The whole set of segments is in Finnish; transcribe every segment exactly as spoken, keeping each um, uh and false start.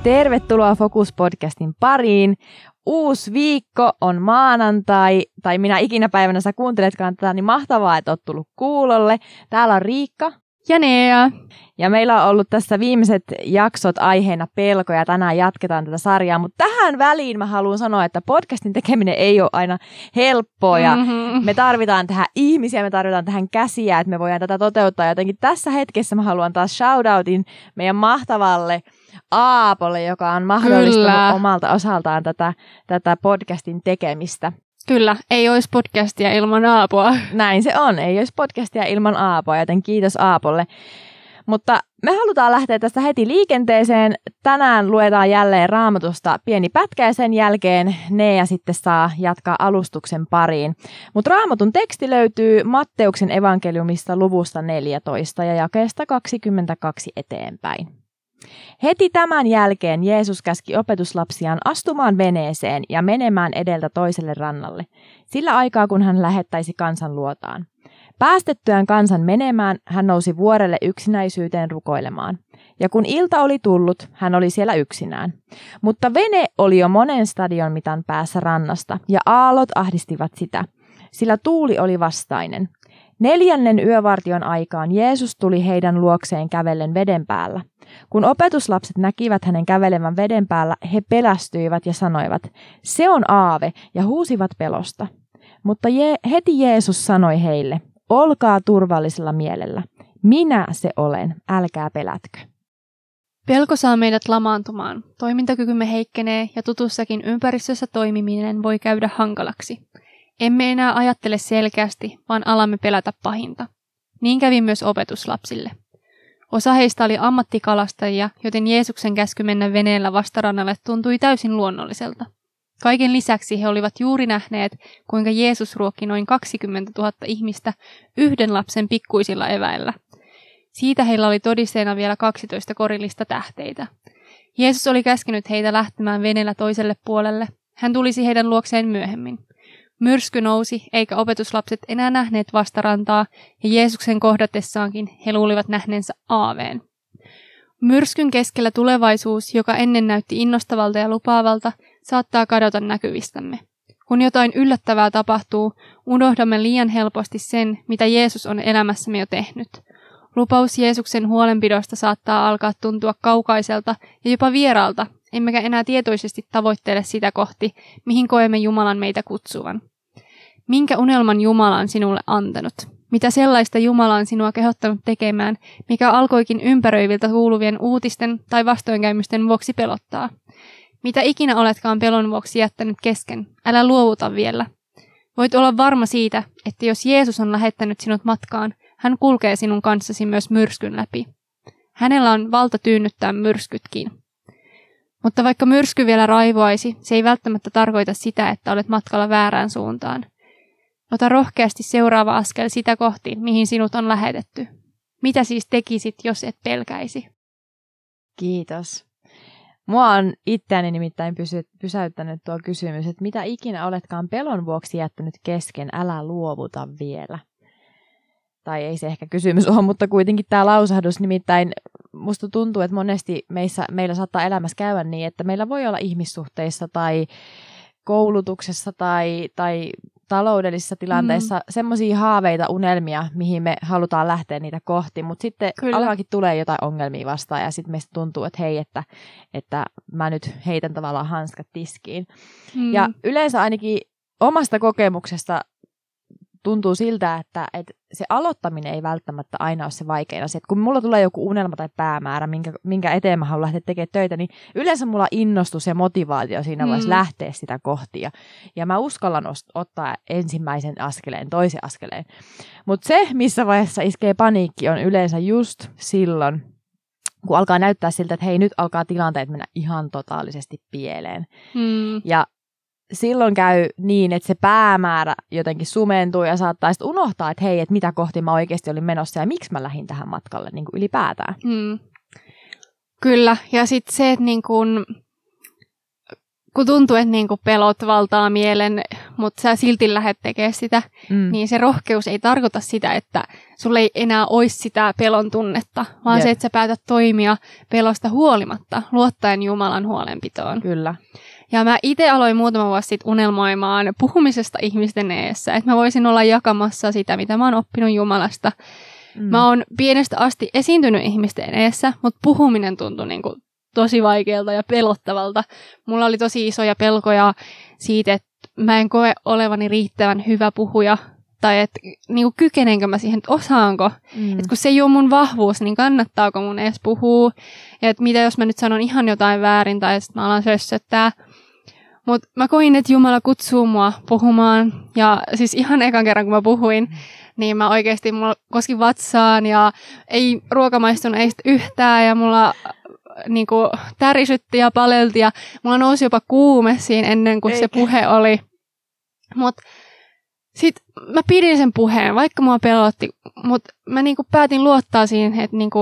Tervetuloa Focus-podcastin pariin. Uusi viikko on maanantai, tai minä ikinä päivänä sä kuunteletkaan tätä, niin mahtavaa, että oot tullut kuulolle. Täällä on Riikka. Ja Nea. Ja meillä on ollut tässä viimeiset jaksot aiheena pelko, ja tänään jatketaan tätä sarjaa. Mutta tähän väliin mä haluan sanoa, että podcastin tekeminen ei ole aina helppoa, ja mm-hmm. me tarvitaan tähän ihmisiä, me tarvitaan tähän käsiä, että me voidaan tätä toteuttaa. Jotenkin tässä hetkessä mä haluan taas shoutoutin meidän mahtavalle Aapolle, joka on mahdollistanut Kyllä. omalta osaltaan tätä, tätä podcastin tekemistä. Kyllä, ei olisi podcastia ilman Aapoa. Näin se on, ei olisi podcastia ilman Aapoa, joten kiitos Aapolle. Mutta me halutaan lähteä tästä heti liikenteeseen. Tänään luetaan jälleen Raamatusta pieni pätkä ja sen jälkeen Nea sitten saa jatkaa alustuksen pariin. Mutta Raamatun teksti löytyy Matteuksen evankeliumista luvusta neljätoista ja jakeesta kaksikymmentäkaksi eteenpäin. Heti tämän jälkeen Jeesus käski opetuslapsiaan astumaan veneeseen ja menemään edeltä toiselle rannalle, sillä aikaa kun hän lähettäisi kansan luotaan. Päästettyään kansan menemään, hän nousi vuorelle yksinäisyyteen rukoilemaan. Ja kun ilta oli tullut, hän oli siellä yksinään. Mutta vene oli jo monen stadion mitan päässä rannasta, ja aallot ahdistivat sitä, sillä tuuli oli vastainen. Neljännen yövartion aikaan Jeesus tuli heidän luokseen kävellen veden päällä. Kun opetuslapset näkivät hänen kävelevän veden päällä, he pelästyivät ja sanoivat, se on aave, ja huusivat pelosta. Mutta je- heti Jeesus sanoi heille, olkaa turvallisella mielellä. Minä se olen, älkää pelätkö. Pelko saa meidät lamaantumaan. Toimintakykymme heikkenee ja tutussakin ympäristössä toimiminen voi käydä hankalaksi. Emme enää ajattele selkeästi, vaan alamme pelätä pahinta. Niin kävi myös opetuslapsille. Osa heistä oli ammattikalastajia, joten Jeesuksen käsky mennä veneellä vastarannalle tuntui täysin luonnolliselta. Kaiken lisäksi he olivat juuri nähneet, kuinka Jeesus ruokki noin kaksikymmentätuhatta ihmistä yhden lapsen pikkuisilla eväillä. Siitä heillä oli todisteena vielä kaksitoista korillista tähteitä. Jeesus oli käskenyt heitä lähtemään veneellä toiselle puolelle. Hän tulisi heidän luokseen myöhemmin. Myrsky nousi, eikä opetuslapset enää nähneet vastarantaa, ja Jeesuksen kohdatessaankin he luulivat nähneensä aaveen. Myrskyn keskellä tulevaisuus, joka ennen näytti innostavalta ja lupaavalta, saattaa kadota näkyvistämme. Kun jotain yllättävää tapahtuu, unohdamme liian helposti sen, mitä Jeesus on elämässämme jo tehnyt. Lupaus Jeesuksen huolenpidosta saattaa alkaa tuntua kaukaiselta ja jopa vieraalta, emmekä enää tietoisesti tavoittele sitä kohti, mihin koemme Jumalan meitä kutsuvan. Minkä unelman Jumala on sinulle antanut? Mitä sellaista Jumala on sinua kehottanut tekemään, mikä alkoikin ympäröiviltä kuuluvien uutisten tai vastoinkäymisten vuoksi pelottaa? Mitä ikinä oletkaan pelon vuoksi jättänyt kesken, älä luovuta vielä. Voit olla varma siitä, että jos Jeesus on lähettänyt sinut matkaan, hän kulkee sinun kanssasi myös myrskyn läpi. Hänellä on valta tyynnyttää myrskytkin. Mutta vaikka myrsky vielä raivoaisi, se ei välttämättä tarkoita sitä, että olet matkalla väärään suuntaan. Ota rohkeasti seuraava askel sitä kohti, mihin sinut on lähetetty. Mitä siis tekisit, jos et pelkäisi? Kiitos. Mua on itseäni nimittäin pysy- pysäyttänyt tuo kysymys, että mitä ikinä oletkaan pelon vuoksi jättänyt kesken, älä luovuta vielä. Tai ei se ehkä kysymys ole, mutta kuitenkin tämä lausahdus, nimittäin musta tuntuu, että monesti meissä, meillä saattaa elämässä käydä niin, että meillä voi olla ihmissuhteissa tai koulutuksessa tai, tai taloudellisissa tilanteissa mm. semmoisia haaveita, unelmia, mihin me halutaan lähteä niitä kohti, mutta sitten Kyllä. alkaakin tulee jotain ongelmia vastaan ja sitten meistä tuntuu, että hei, että, että mä nyt heitän tavallaan hanskat tiskiin. Mm. Ja yleensä ainakin omasta kokemuksesta tuntuu siltä, että, että se aloittaminen ei välttämättä aina ole se vaikein asia. Kun mulla tulee joku unelma tai päämäärä, minkä, minkä eteen mä haluan lähteä tekemään töitä, niin yleensä mulla on innostus ja motivaatio siinä mm. vaiheessa lähteä sitä kohti. Ja, ja mä uskallan ottaa ensimmäisen askeleen, toisen askeleen. Mutta se, missä vaiheessa iskee paniikki, on yleensä just silloin, kun alkaa näyttää siltä, että hei, nyt alkaa tilanteet mennä ihan totaalisesti pieleen. Mm. Ja silloin käy niin, että se päämäärä jotenkin sumentuu ja saattaa sitten unohtaa, että hei, että mitä kohti mä oikeasti olin menossa ja miksi mä lähdin tähän matkalle niin kuin ylipäätään. Hmm. Kyllä, ja sitten se, että niin kun, kun tuntuu, että niin kun pelot valtaa mielen, mutta sä silti lähdet tekemään sitä, mm. niin se rohkeus ei tarkoita sitä, että sulla ei enää olisi sitä pelon tunnetta, vaan Jep. se, että sä päätät toimia pelosta huolimatta, luottaen Jumalan huolenpitoon. Kyllä. Ja mä itse aloin muutama vuosi sitten unelmoimaan puhumisesta ihmisten eessä, että mä voisin olla jakamassa sitä, mitä mä oon oppinut Jumalasta. Mm. Mä oon pienestä asti esiintynyt ihmisten eessä, mutta puhuminen tuntui niin kuin tosi vaikealta ja pelottavalta. Mulla oli tosi isoja pelkoja siitä, että mä en koe olevani riittävän hyvä puhuja, tai että niin kykenenkö mä siihen, että osaanko. Mm. Että kun se ei ole mun vahvuus, niin kannattaako mun edes puhua. Ja että mitä jos mä nyt sanon ihan jotain väärin, tai sitten mä alan sössöttää. Mutta mä koin, että Jumala kutsuu mua puhumaan. Ja siis ihan ekan kerran, kun mä puhuin, mm. niin mä oikeasti, mulla koski vatsaan ja ei ruoka maistunut ei yhtään. Ja mulla niinku tärisytti ja palelti ja mulla nousi jopa kuume siinä ennen kuin Eikä. se puhe oli. Mutta sitten mä pidin sen puheen, vaikka mua pelotti, mutta mä niinku päätin luottaa siihen, että niinku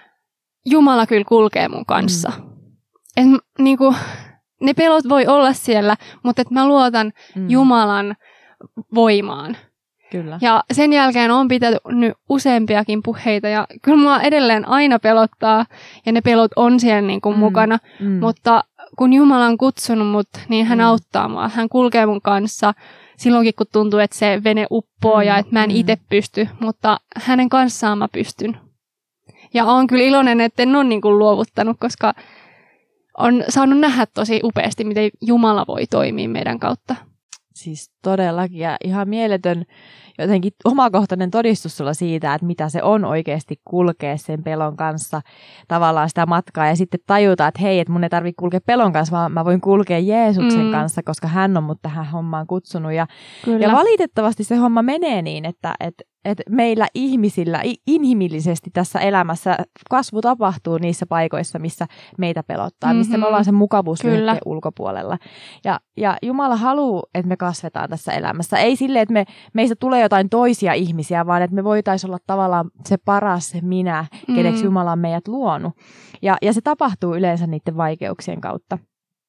Jumala kyllä kulkee mun kanssa. Mm. Et niinku, ne pelot voi olla siellä, mutta et mä luotan mm. Jumalan voimaan. Kyllä. Ja sen jälkeen on pitänyt useampiakin puheita ja kyllä mua edelleen aina pelottaa ja ne pelot on siellä niinku mm. mukana, mm. mutta kun Jumala on kutsunut mut, niin hän mm. auttaa mua. Hän kulkee mun kanssa silloinkin, kun tuntuu, että se vene uppoo mm. ja että mä en itse pysty, mutta hänen kanssaan mä pystyn. Ja oon kyllä iloinen, että en ole niinku luovuttanut, koska on saanut nähdä tosi upeasti, miten Jumala voi toimia meidän kautta. Siis todellakin ja ihan mieletön jotenkin omakohtainen todistus sulla siitä, että mitä se on oikeasti kulkea sen pelon kanssa tavallaan sitä matkaa ja sitten tajuta, että hei, että mun ei tarvitse kulkea pelon kanssa, vaan mä voin kulkea Jeesuksen mm. kanssa, koska hän on mut tähän hommaan kutsunut. Ja, ja valitettavasti se homma menee niin, että, että, että meillä ihmisillä inhimillisesti tässä elämässä kasvu tapahtuu niissä paikoissa, missä meitä pelottaa, mm-hmm. missä me ollaan sen mukavuusvyöhykkeen ulkopuolella. Ja, ja Jumala haluaa, että me kasvetaan tässä elämässä. Ei silleen, että me, meistä tulee jotain toisia ihmisiä, vaan että me voitaisiin olla tavallaan se paras minä, keneksi Jumala on meidät luonut. Ja, ja se tapahtuu yleensä niiden vaikeuksien kautta.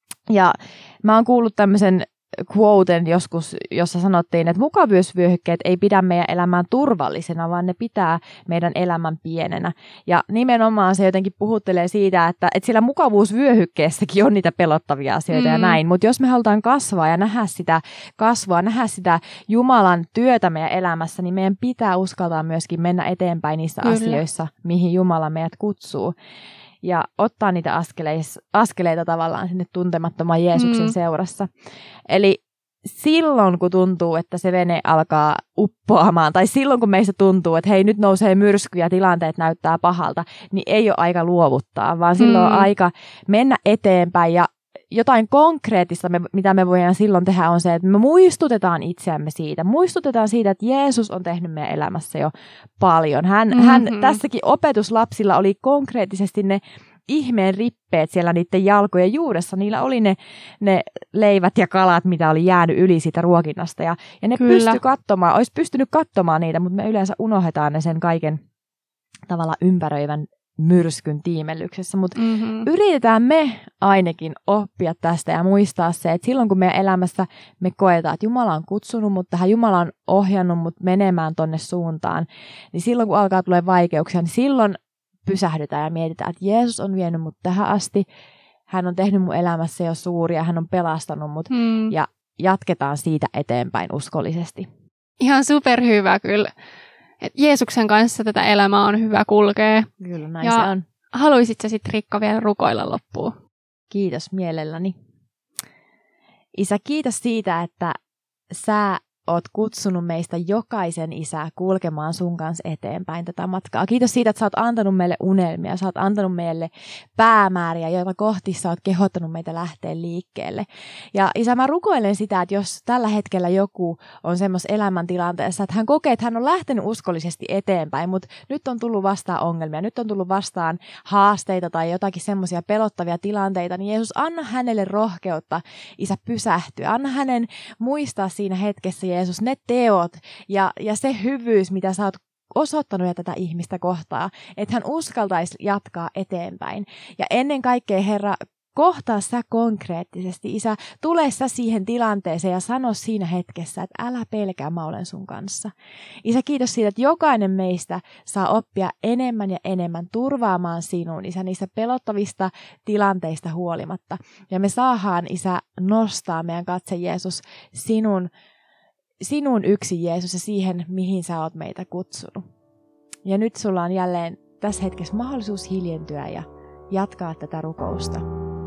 Ja mä oon kuullut tämmöisen quoten joskus, jossa sanottiin, että mukavuusvyöhykkeet ei pidä meidän elämään turvallisena, vaan ne pitää meidän elämän pienenä. Ja nimenomaan se jotenkin puhuttelee siitä, että, että sillä mukavuusvyöhykkeessäkin on niitä pelottavia asioita mm. ja näin. Mutta jos me halutaan kasvaa ja nähdä sitä kasvua, nähdä sitä Jumalan työtä meidän elämässä, niin meidän pitää uskaltaa myöskin mennä eteenpäin niissä Kyllä. asioissa, mihin Jumala meidät kutsuu. Ja ottaa niitä askeleita, askeleita tavallaan sinne tuntemattoman Jeesuksen mm. seurassa. Eli silloin, kun tuntuu, että se vene alkaa uppoamaan, tai silloin, kun meistä tuntuu, että hei, nyt nousee myrsky ja tilanteet näyttää pahalta, niin ei ole aika luovuttaa, vaan silloin mm. on aika mennä eteenpäin. Ja jotain konkreettista, mitä me voidaan silloin tehdä, on se, että me muistutetaan itseämme siitä. Muistutetaan siitä, että Jeesus on tehnyt meidän elämässä jo paljon. Hän, mm-hmm. hän tässäkin opetuslapsilla oli konkreettisesti ne ihmeen rippeet siellä niiden jalkojen juuressa. Niillä oli ne, ne leivät ja kalat, mitä oli jäänyt yli siitä ruokinnasta. Ja, ja ne pystyi katsomaan, olisi pystynyt katsomaan niitä, mutta me yleensä unohdetaan ne sen kaiken tavalla ympäröivän myrskyn tiimellyksessä, mutta mm-hmm. yritetään me ainakin oppia tästä ja muistaa se, että silloin kun meidän elämässä me koetaan, että Jumala on kutsunut mut tähän, Jumala on ohjannut mut menemään tonne suuntaan, niin silloin kun alkaa tulla vaikeuksia, niin silloin pysähdytään ja mietitään, että Jeesus on vienyt mut tähän asti, hän on tehnyt mun elämässä jo suuria, hän on pelastanut mut mm. ja jatketaan siitä eteenpäin uskollisesti. Ihan superhyvä kyllä. Et Jeesuksen kanssa tätä elämää on hyvä kulkea. Kyllä, näin ja se on. Haluaisitko sitten Riikka vielä rukoilla loppuun? Kiitos mielelläni. Isä, kiitos siitä, että sä oot kutsunut meistä jokaisen, Isä, kulkemaan sun kanssa eteenpäin tätä matkaa. Kiitos siitä, että sä oot antanut meille unelmia, sä oot antanut meille päämääriä, joita kohti sä oot kehottanut meitä lähteä liikkeelle. Ja Isä, mä rukoilen sitä, että jos tällä hetkellä joku on semmoisessa elämäntilanteessa, että hän kokee, että hän on lähtenyt uskollisesti eteenpäin, mutta nyt on tullut vastaan ongelmia, nyt on tullut vastaan haasteita tai jotakin semmoisia pelottavia tilanteita, niin Jeesus, anna hänelle rohkeutta, Isä, pysähtyä. Anna hänen muistaa siinä hetkessä, Jeesus, ne teot ja, ja se hyvyys, mitä sä oot osoittanut ja tätä ihmistä kohtaa, että hän uskaltaisi jatkaa eteenpäin. Ja ennen kaikkea, Herra, kohtaa sä konkreettisesti, Isä, tule sä siihen tilanteeseen ja sano siinä hetkessä, että älä pelkää, mä olen sun kanssa. Isä, kiitos siitä, että jokainen meistä saa oppia enemmän ja enemmän turvaamaan sinun, Isä, niistä pelottavista tilanteista huolimatta. Ja me saadaan, Isä, nostaa meidän katse, Jeesus, sinun, sinun yksi Jeesus ja siihen, mihin sä oot meitä kutsunut. Ja nyt sulla on jälleen tässä hetkessä mahdollisuus hiljentyä ja jatkaa tätä rukousta.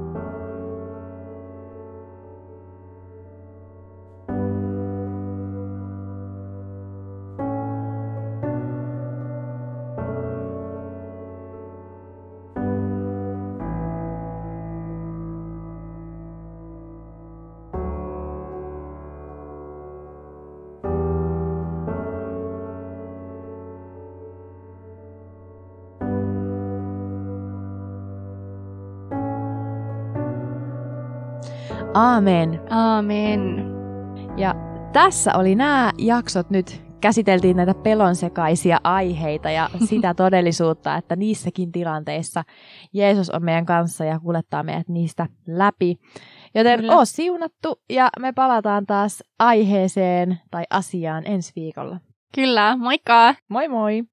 Aamen. Aamen. Ja tässä oli nämä jaksot nyt. Käsiteltiin näitä pelonsekaisia aiheita ja sitä todellisuutta, että niissäkin tilanteissa Jeesus on meidän kanssa ja kuljettaa meidät niistä läpi. Joten Kyllä. oo siunattu ja me palataan taas aiheeseen tai asiaan ensi viikolla. Kyllä, moikka! Moi moi!